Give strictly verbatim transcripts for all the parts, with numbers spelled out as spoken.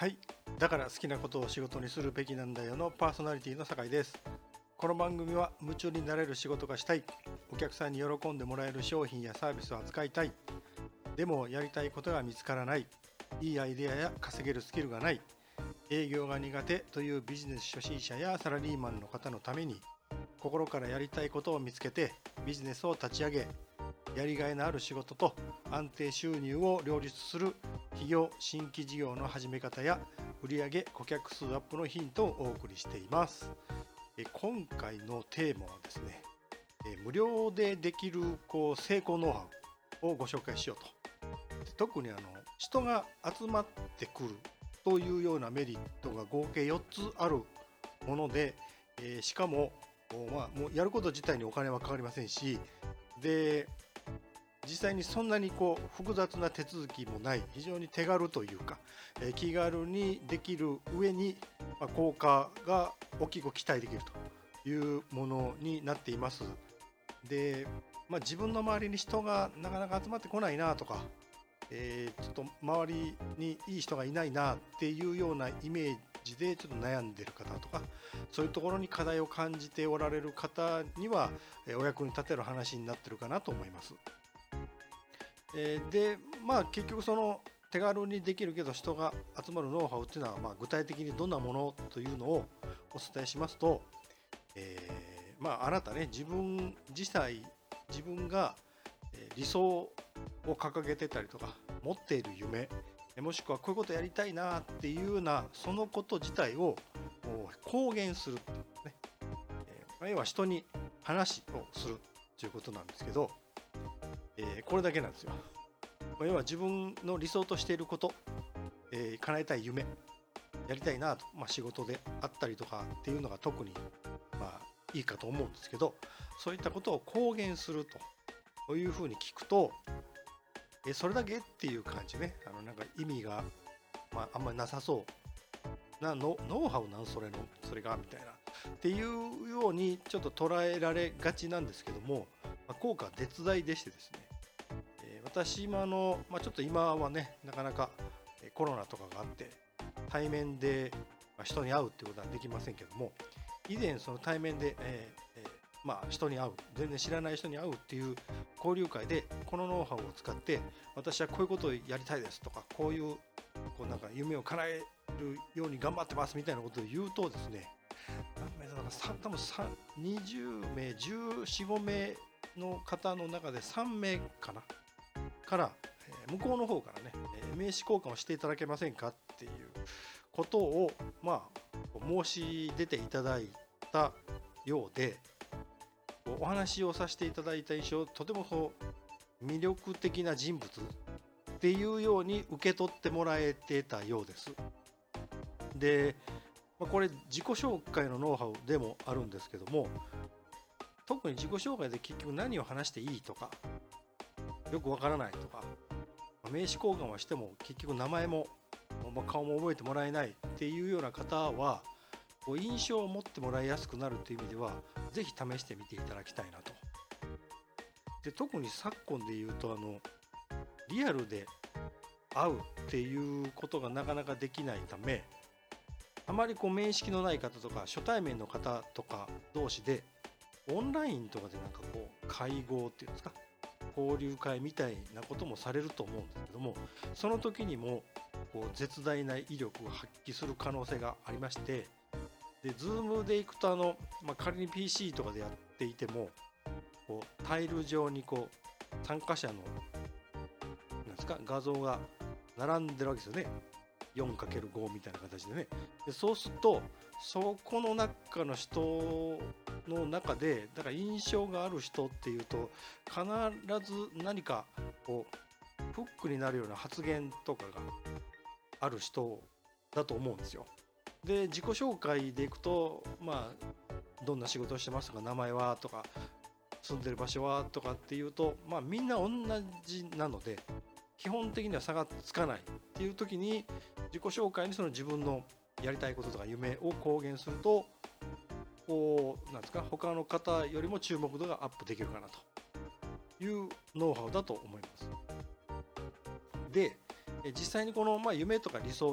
はい、だから好きなことを仕事にするべきなんだよのパーソナリティの酒井です。この番組は夢中になれる仕事がしたい、お客さんに喜んでもらえる商品やサービスを扱いたい、でもやりたいことが見つからない、いいアイデアや稼げるスキルがない、営業が苦手というビジネス初心者やサラリーマンの方のために、心からやりたいことを見つけてビジネスを立ち上げ、やりがいのある仕事と安定収入を両立する企業新規事業の始め方や売上顧客数アップのヒントをお送りしています。え今回のテーマはですね、え無料でできるこう成功ノウハウをご紹介しようと。で特にあの人が集まってくるというようなメリットが合計よっつあるもので、えーしかも、まあ、もうやること自体にお金はかかりませんし、で実際にそんなにこう複雑な手続きもない、非常に手軽というか、えー気軽にできる上に、まあ、効果が大きく期待できるというものになっています。で、まあ、自分の周りに人がなかなか集まってこないなとか、えーちょっと周りにいい人がいないなっていうようなイメージでちょっと悩んでる方とか、そういうところに課題を感じておられる方には、えーお役に立てる話になってるかなと思います。えーでまあ結局その手軽にできるけど人が集まるノウハウっていうのは、まあ具体的にどんなものというのをお伝えしますと、えーまああなたね、自分自体自分がえー理想を掲げてたりとか持っている夢、えもしくはこういうことやりたいなっていうようなそのこと自体をもう公言するっていうね、えーまあ要は人に話をするということなんですけど、えーこれだけなんですよ。まあ要は自分の理想としていること、えー叶えたい夢、やりたいなと、まあ、仕事であったりとかっていうのが特にまあいいかと思うんですけど、そういったことを公言するというふうに聞くと、えそれだけっていう感じね、あのなんか意味が、まあ、あんまりなさそうなのノウハウなんそれのそれがみたいなっていうようにちょっと捉えられがちなんですけども、まあ、効果は絶大でしてですね、えー私もあの、まあ、ちょっと今はねなかなかえーコロナとかがあって対面でまあ人に会うっていうことはできませんけども、以前その対面で、えーえーまあ、人に会う、全然知らない人に会うっていう交流会でこのノウハウを使って私はこういうことをやりたいですとか、こういうこうなんか夢を叶えるように頑張ってますみたいなことを言うとですね、何名だからさ多分さにじゅうめいじゅうよん、ごめいの方の中でさんめいかなから、えー向こうの方からね、えー名刺交換をしていただけませんかっていうことをまあ申し出ていただいたようで、お話をさせていただいた印象、とてもそう魅力的な人物っていうように受け取ってもらえてたようです。で、まあこれ自己紹介のノウハウでもあるんですけども、特に自己紹介で結局何を話していいとかよくわからないとか、名刺交換はしても結局名前も、まあ顔も覚えてもらえないっていうような方は、こう印象を持ってもらいやすくなるという意味ではぜひ試してみていただきたいなと。で特に昨今で言うと、あのリアルで会うっていうことがなかなかできないため、あまりこう面識のない方とか初対面の方とか同士でオンラインとかでなんかこう会合っていうんですか、交流会みたいなこともされると思うんですけども、その時にもこう絶大な威力を発揮する可能性がありまして、で Zoom でいくとあの、まあ、仮に ピーシー とかでやっていてもこうタイル上にこう参加者のなんですか画像が並んでるわけですよね。 よんかけるご みたいな形でね。でそうするとそこの中の人の中でだから印象がある人っていうと必ず何かこうフックになるような発言とかがある人だと思うんですよ。で自己紹介でいくと、まあどんな仕事をしてますとか、名前はとか、住んでる場所はとかっていうと、まあみんな同じなので基本的には差がつかないっていう時に、自己紹介にその自分のやりたいこととか夢を公言すると、こうなんですか、他の方よりも注目度がアップできるかなというノウハウだと思います。で実際にこの、まあ、夢とか理想ね、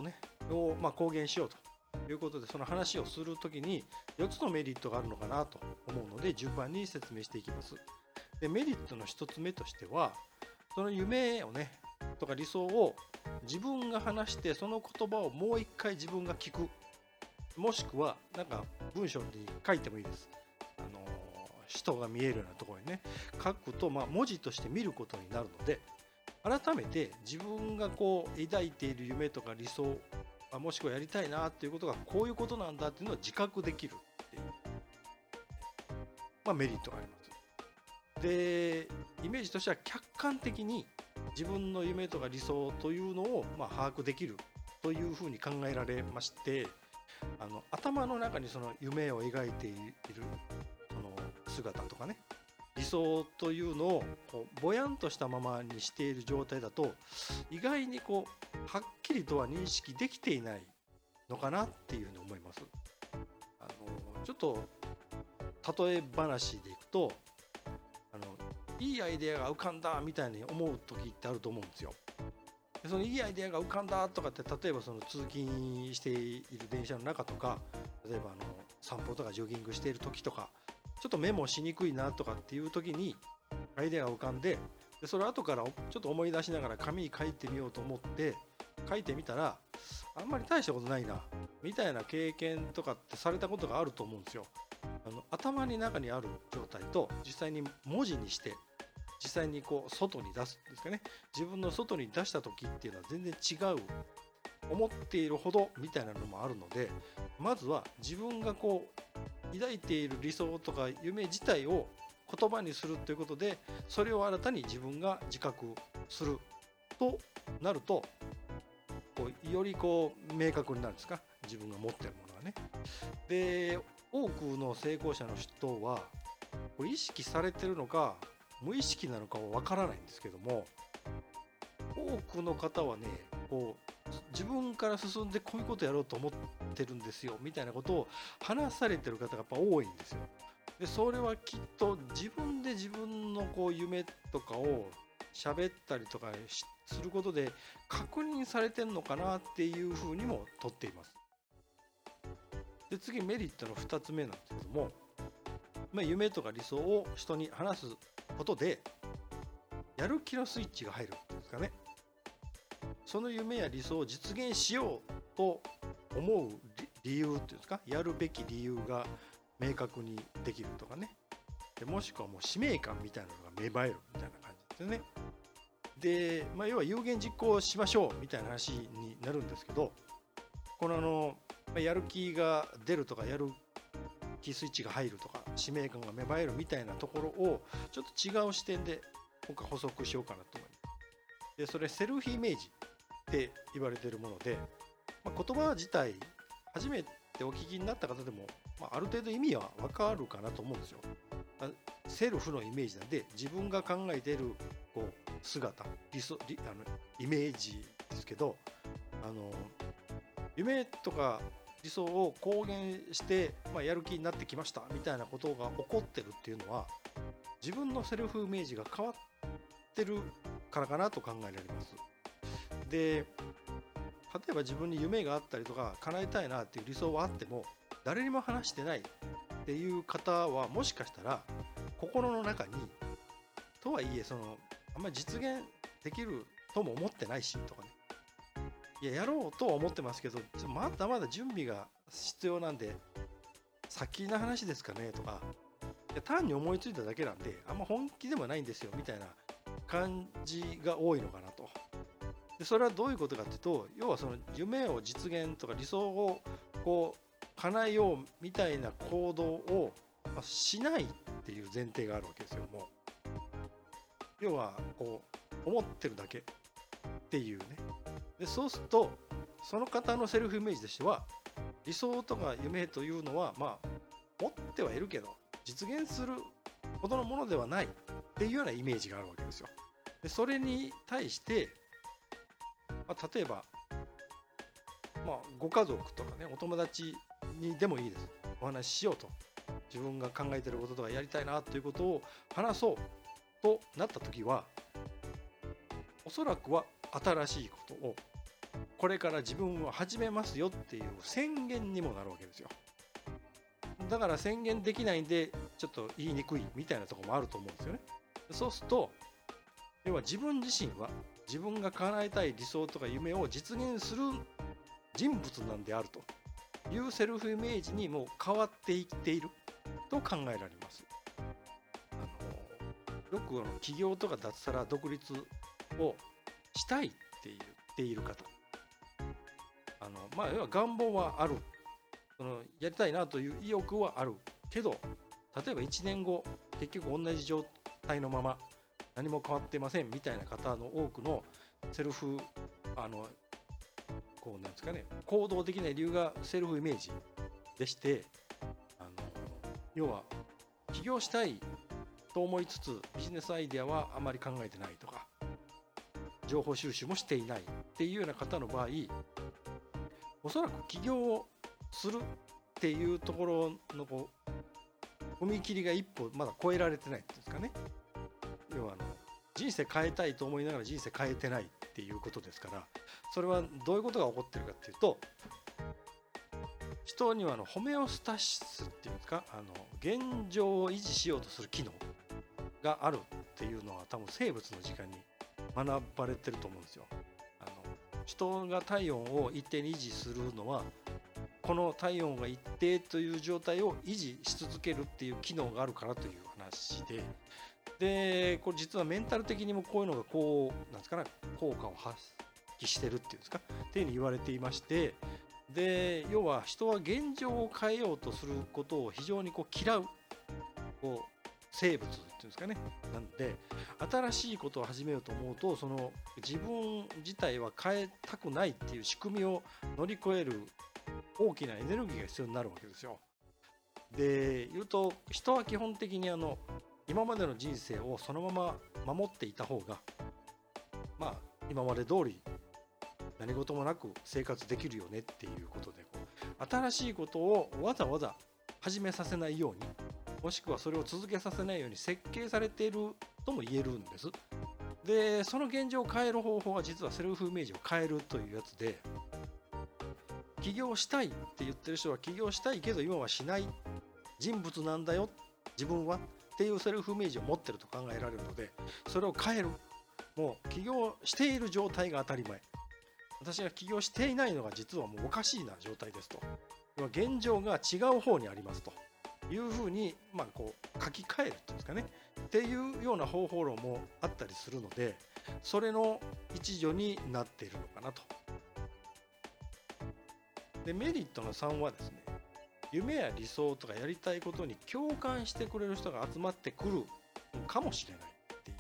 をまあ公言しようということで、その話をするときによっつのメリットがあるのかなと思うので、順番に説明していきます。でメリットのひとつめとしては、その夢をねとか理想を自分が話して、その言葉をもう一回自分が聞く、もしくはなんか文章に書いてもいいです。あの人が見えるようなところにね書くと、まあ文字として見ることになるので、改めて自分がこう抱いている夢とか理想、もしくはやりたいなっていうことがこういうことなんだっていうのを自覚できるっていう、まあ、メリットがあります。でイメージとしては客観的に自分の夢とか理想というのをまあ把握できるというふうに考えられまして、あの頭の中にその夢を描いているその姿とかね、理想というのをこうぼやんとしたままにしている状態だと、意外にこうはっきりとは認識できていないのかなっていうふうに思います。あのちょっと例え話でいくと、あのいいアイデアが浮かんだみたいに思う時ってあると思うんですよ。でそのいいアイデアが浮かんだとかって、例えばその通勤している電車の中とか、例えばあの散歩とかジョギングしている時とか、ちょっとメモしにくいなとかっていう時にアイデアが浮かんで、でそれを後からちょっと思い出しながら紙に書いてみようと思って書いてみたら、あんまり大したことないなみたいな経験とかってされたことがあると思うんですよ。あの頭に中にある状態と実際に文字にして実際にこう外に出すんですかね、自分の外に出した時っていうのは全然違う、思っているほどみたいなのもあるので、まずは自分がこう抱いている理想とか夢自体を言葉にするということで、それを新たに自分が自覚するとなると、こうよりこう明確になるんですか、自分が持っているものがね。で多くの成功者の人はこう意識されてるのか無意識なのかはわからないんですけども、多くの方はねこう自分から進んでこういうことやろうと思ってるんですよみたいなことを話されてる方がやっぱ多いんですよ。でそれはきっと自分で自分のこう夢とかを喋ったりとかすることで確認されてるのかなっていうふうにも取っています。で次メリットのふたつめなんですけども、まあ、夢とか理想を人に話すことでやる気のスイッチが入るんですかね。その夢や理想を実現しようと思う理由っていうんですか、やるべき理由が明確にできるとかね、でもしくはもう使命感みたいなのが芽生えるみたいな感じですよね。で、まあ、要は有言実行しましょうみたいな話になるんですけど、このあのやる気が出るとかやる気スイッチが入るとか使命感が芽生えるみたいなところをちょっと違う視点で今回補足しようかなと思います。でそれセルフイメージって言われているもので、まあ、言葉自体初めてお聞きになった方でも、まあ、ある程度意味は分かるかなと思うんですよ。セルフのイメージなんで、自分が考えているこう姿、理想、理あのイメージですけど、あの夢とか理想を公言して、まあ、やる気になってきましたみたいなことが起こってるっていうのは、自分のセルフイメージが変わってるからかなと考えられます。で、例えば自分に夢があったりとか叶えたいなっていう理想はあっても誰にも話してないっていう方は、もしかしたら心の中にとはいえそのあんまり実現できるとも思ってないしとかね、いややろうとは思ってますけどまだまだ準備が必要なんで先の話ですかねとか、いや単に思いついただけなんであんま本気でもないんですよみたいな感じが多いのかなと。でそれはどういうことかっていうと、要はその夢を実現とか理想をこう叶えようみたいな行動をしないっていう前提があるわけですよ。もう要はこう思ってるだけっていうね。でそうするとその方のセルフイメージとしては、理想とか夢というのはまあ持ってはいるけど実現するほどのものではないっていうようなイメージがあるわけですよ。でそれに対して、まあ、例えば、まあ、ご家族とかねお友達にでもいいです。お話ししようと、自分が考えていることとかやりたいなということを話そうとなった時は、おそらくは新しいことをこれから自分を始めますよっていう宣言にもなるわけですよ。だから宣言できないんでちょっと言いにくいみたいなところもあると思うんですよね。そうすると要は自分自身は自分が叶えたい理想とか夢を実現する人物なんであるというセルフイメージにもう変わっていっていると考えられます。あのよくあの起業とか脱サラ独立をしたいって言っている方、あのまあ要は願望はある、そのやりたいなという意欲はあるけど、例えばいちねんご結局同じ状態のまま何も変わってませんみたいな方の多くのセルフあのこうなんですかね、行動できない理由がセルフイメージでして、あの要は起業したいと思いつつビジネスアイデアはあまり考えてないとか情報収集もしていないっていうような方の場合、おそらく起業をするっていうところのこう踏み切りが一歩まだ超えられてないっていうんですかね。要はあの人生変えたいと思いながら人生変えてないっていうことですから、それはどういうことが起こってるかっていうと、人にはあのホメオスタシスっていうんですか、あの現状を維持しようとする機能があるっていうのは多分生物の時間に学ばれてると思うんですよ。あの人が体温を一定に維持するのはこの体温が一定という状態を維持し続けるっていう機能があるからという話で、でこれ実はメンタル的にもこういうのがこうなんですかね、効果を発揮してるっていうんですかっていうふうに言われていまして、で要は人は現状を変えようとすることを非常にこう嫌うこう生物っていうんですかね。なんで新しいことを始めようと思うと、その自分自体は変えたくないっていう仕組みを乗り越える大きなエネルギーが必要になるわけですよ。で言うと人は基本的にあの今までの人生をそのまま守っていた方がまあ今まで通り何事もなく生活できるよねっていうことで、こう新しいことをわざわざ始めさせないように、もしくはそれを続けさせないように設計されているとも言えるんです。でその現状を変える方法は実はセルフイメージを変えるというやつで、起業したいって言ってる人は起業したいけど今はしない人物なんだよ自分はっていうセルフイメージを持ってると考えられるので、それを変える、もう起業している状態が当たり前、私が起業していないのが実はもうおかしいな状態ですと、現状が違う方にありますというふうに、まあ、こう書き換えるっていうんですかねっていうような方法論もあったりするので、それの一助になっているのかなと。でメリットのさんはですね、夢や理想とかやりたいことに共感してくれる人が集まってくるかもしれないっていう、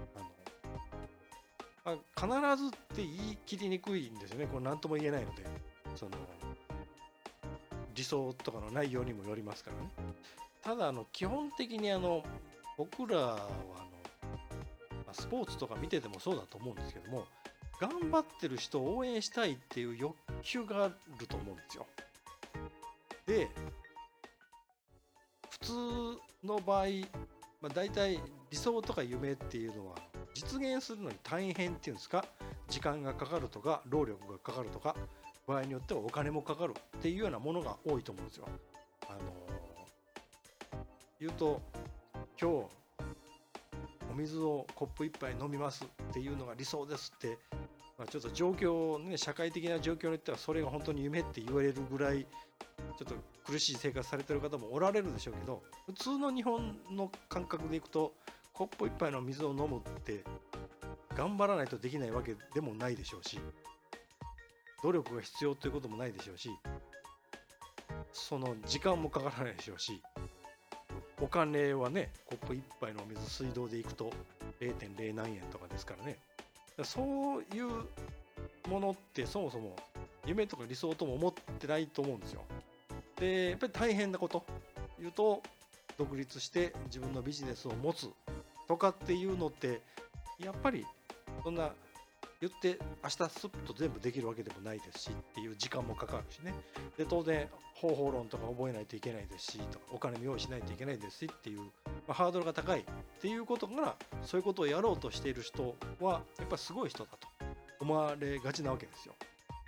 あのあ必ずって言い切りにくいんですよね。これ何とも言えないので、その理想とかの内容にもよりますからね。ただあの基本的にあの僕らはあのスポーツとか見ててもそうだと思うんですけども、頑張ってる人を応援したいっていう欲求があると思うんですよ。で普通の場合、まあ、大体理想とか夢っていうのは実現するのに大変っていうんですか、時間がかかるとか労力がかかるとか場合によってはお金もかかるっていうようなものが多いと思うんですよ。あのー、言うと今日お水をコップ一杯飲みますっていうのが理想ですって、まあ、ちょっと状況ね、社会的な状況によってはそれが本当に夢って言われるぐらいちょっと苦しい生活されてる方もおられるでしょうけど、普通の日本の感覚でいくとコップ一杯の水を飲むって頑張らないとできないわけでもないでしょうし、努力が必要ということもないでしょうし、その時間もかからないでしょうし、お金はね、コップ一杯の水水道でいくと れいてんれい 何円とかですからね。そういうものってそもそも夢とか理想とも思ってないと思うんですよ。でやっぱり大変なこと言うと、独立して自分のビジネスを持つとかっていうのってやっぱりそんな言って明日スッと全部できるわけでもないですしっていう時間もかかるしね。で当然方法論とか覚えないといけないですしとか、お金も用意しないといけないですしっていう、まあ、ハードルが高いっていうことから、そういうことをやろうとしている人はやっぱりすごい人だと思われがちなわけですよ。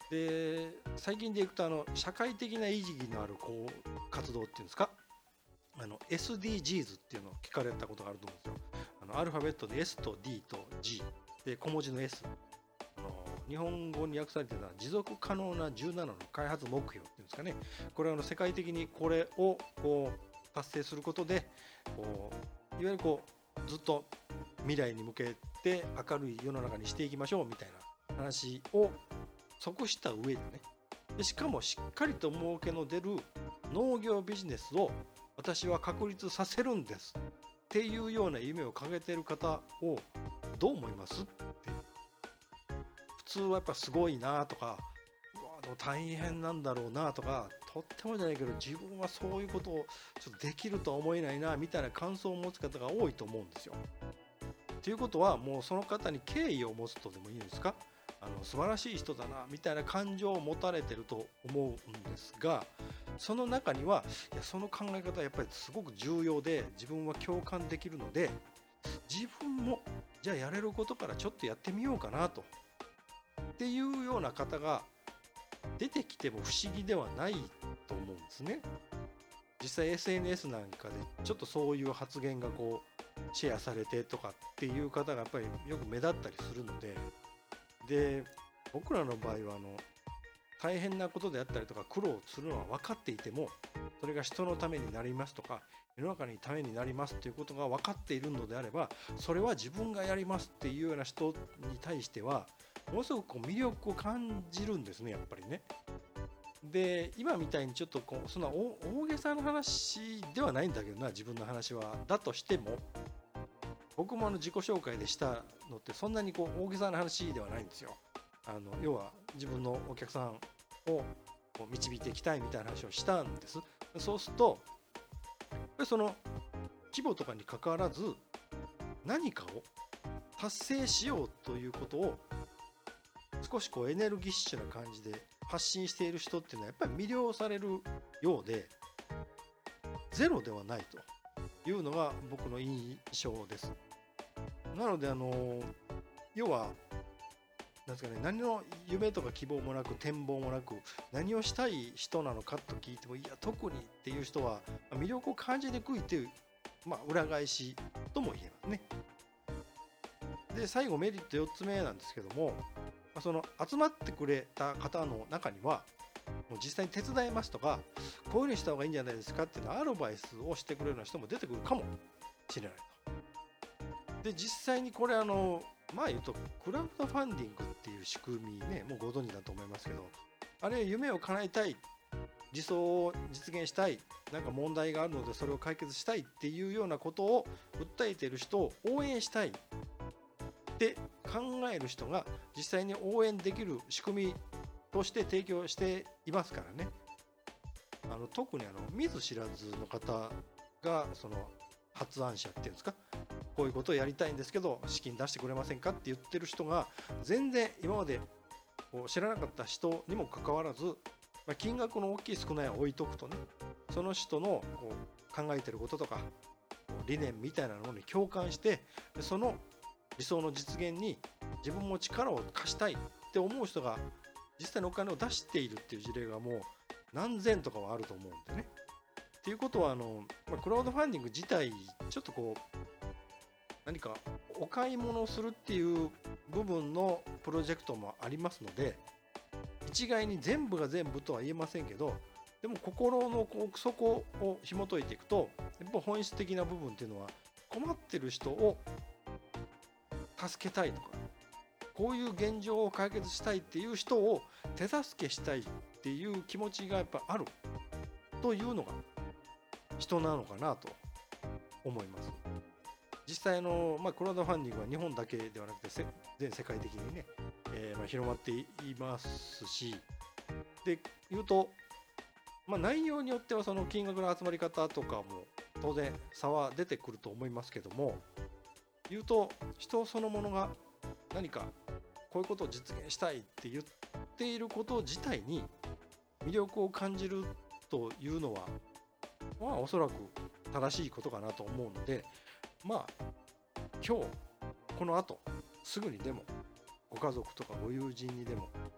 で最近でいくとあの社会的な意義のあるこう活動っていうんですか、あの エスディージーズ っていうのを聞かれたことがあると思うんですよ。あのアルファベットで S と D と G で小文字の S、 あの日本語に訳されているのは持続可能なじゅうななの開発目標っていうんですかね。これはあの世界的にこれをこう達成することでこういわゆるこうずっと未来に向けて明るい世の中にしていきましょうみたいな話を即した上でね、でしかもしっかりと儲けの出る農業ビジネスを私は確立させるんですっていうような夢を掲げている方をどう思いますって。普通はやっぱすごいなとか、うわでも大変なんだろうなとか、とってもじゃないけど自分はそういうことをちょっとできるとは思えないなみたいな感想を持つ方が多いと思うんですよ。ということはもうその方に敬意を持つとでもいいんですか、あの素晴らしい人だなみたいな感情を持たれてると思うんですが、その中にはいやその考え方はやっぱりすごく重要で自分は共感できるので、自分もじゃあやれることからちょっとやってみようかなとっていうような方が出てきても不思議ではないと思うんですね。実際 エスエヌエス なんかでちょっとそういう発言がこうシェアされてとかっていう方がやっぱりよく目立ったりするので、で僕らの場合はあの大変なことであったりとか苦労するのは分かっていても、それが人のためになりますとか世の中にためになりますということが分かっているのであれば、それは自分がやりますっていうような人に対してはものすごくこう魅力を感じるんですね、やっぱりね。で今みたいにちょっとこうそんな大げさな話ではないんだけどな、自分の話はだとしても、僕もあの自己紹介でしたのってそんなにこう大げさな話ではないんですよ。あの要は自分のお客さんを導いていきたいみたいな話をしたんです。そうするとやっぱりその規模とかにかかわらず何かを達成しようということを少しこうエネルギッシュな感じで発信している人っていうのはやっぱり魅了されるようで、ゼロではないというのが僕の印象です。なのであの要はなんですかね、何の夢とか希望もなく展望もなく何をしたい人なのかと聞いても、いや特にっていう人は魅力を感じにくいという、まあ、裏返しとも言えますね。で最後メリットよっつめなんですけども、その集まってくれた方の中にはもう実際に手伝いますとか、こういうふうにした方がいいんじゃないですかっていうのアドバイスをしてくれるような人も出てくるかもしれないと。で実際にこれあのまあ言うとクラウドファンディングっていう仕組みね、もうご存知だと思いますけど、あれ夢を叶えたい、理想を実現したい、なんか問題があるのでそれを解決したいっていうようなことを訴えている人を応援したいって考える人が実際に応援できる仕組みとして提供していますからね。あの特にあの見ず知らずの方がその発案者っていうんですか、こういうことをやりたいんですけど資金出してくれませんかって言ってる人が全然今までこう知らなかった人にもかかわらず、まあ、金額の大きい少ないは置いとくとね、その人のこう考えてることとか理念みたいなのに共感して、その理想の実現に自分も力を貸したいって思う人が実際にお金を出しているっていう事例がもう何千とかはあると思うんでね。っていうことはあの、まあ、クラウドファンディング自体ちょっとこう何かお買い物をするっていう部分のプロジェクトもありますので、一概に全部が全部とは言えませんけど、でも心の奥底を紐解いていくとやっぱ本質的な部分っていうのは、困ってる人を助けたいとか、こういう現状を解決したいっていう人を手助けしたいっていう気持ちがやっぱあるというのが人なのかなと思います。実際の、まあ、クラウドファンディングは日本だけではなくて全世界的にね、えーまあ、広まっていますし、で言うと、まあ、内容によってはその金額の集まり方とかも当然差は出てくると思いますけども、言うと人そのものが何かこういうことを実現したいって言っていること自体に魅力を感じるというのは、まあおそらく正しいことかなと思うので、まあ今日この後すぐにでもご家族とかご友人にでもあの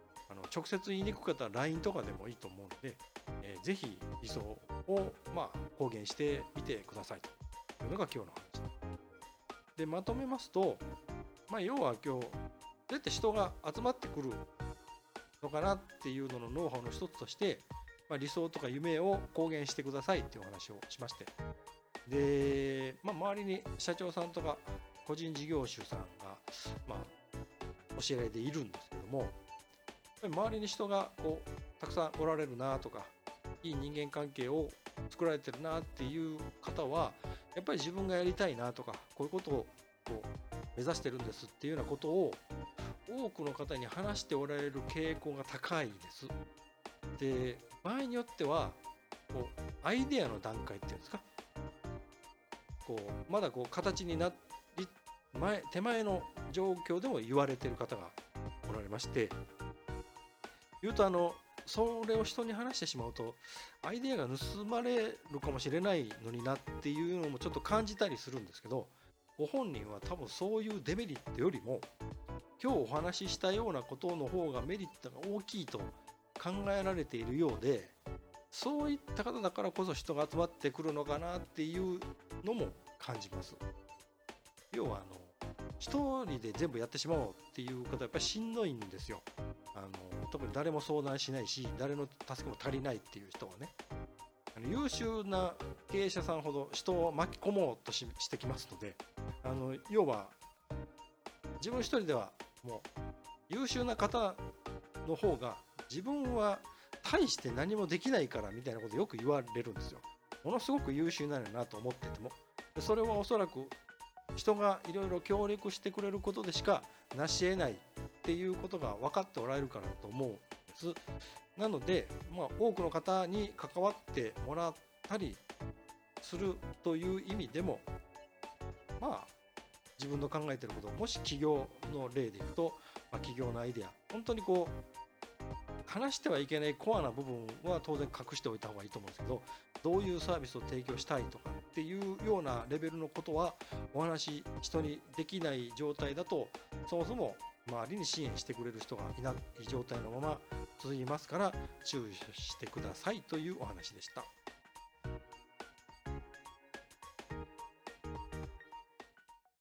直接言いにくかったら ライン とかでもいいと思うので、えー、ぜひ理想を、まあ、公言してみてくださいというのが今日の話で、まとめますと、まあ、要は今日どうやって人が集まってくるのかなっていうののノウハウの一つとして、まあ、理想とか夢を公言してくださいっていうお話をしまして、で、まあ、周りに社長さんとか個人事業主さんが、まあ、お知り合いでいるんですけども、周りに人がこうたくさんおられるなとか、いい人間関係を作られてるなっていう方は、やっぱり自分がやりたいなとか、こういうことをこう目指してるんですっていうようなことを多くの方に話しておられる傾向が高いです。で、場合によってはこうアイデアの段階っていうんですか、こうまだこう形になり前手前の状況でも言われている方がおられまして、言うとあのそれを人に話してしまうとアイデアが盗まれるかもしれないのになっていうのもちょっと感じたりするんですけど、ご本人は多分そういうデメリットよりも今日お話ししたようなことの方がメリットが大きいと考えられているようで、そういった方だからこそ人が集まってくるのかなっていうのも感じます。要はあの一人で全部やってしまおうっていう方はやっぱりしんどいんですよ。あの特に誰も相談しないし、誰の助けも足りないっていう人はね、あの優秀な経営者さんほど人を巻き込もうと し, してきますので、あの要は自分一人ではもう優秀な方の方が自分は大して何もできないからみたいなことよく言われるんですよ。ものすごく優秀なのなと思ってても、それはおそらく人がいろいろ協力してくれることでしか成し得ないっていうことが分かっておられるからだと思うんです。なので、まあ、多くの方に関わってもらったりするという意味でも、まあ自分の考えていること、もし起業の例でいくと、まあ、起業のアイデア、本当にこう話してはいけないコアな部分は当然隠しておいた方がいいと思うんですけど、どういうサービスを提供したいとかっていうようなレベルのことはお話し人にできない状態だと、そもそも周りに支援してくれる人がいない状態のまま続きますから注意してくださいというお話でした。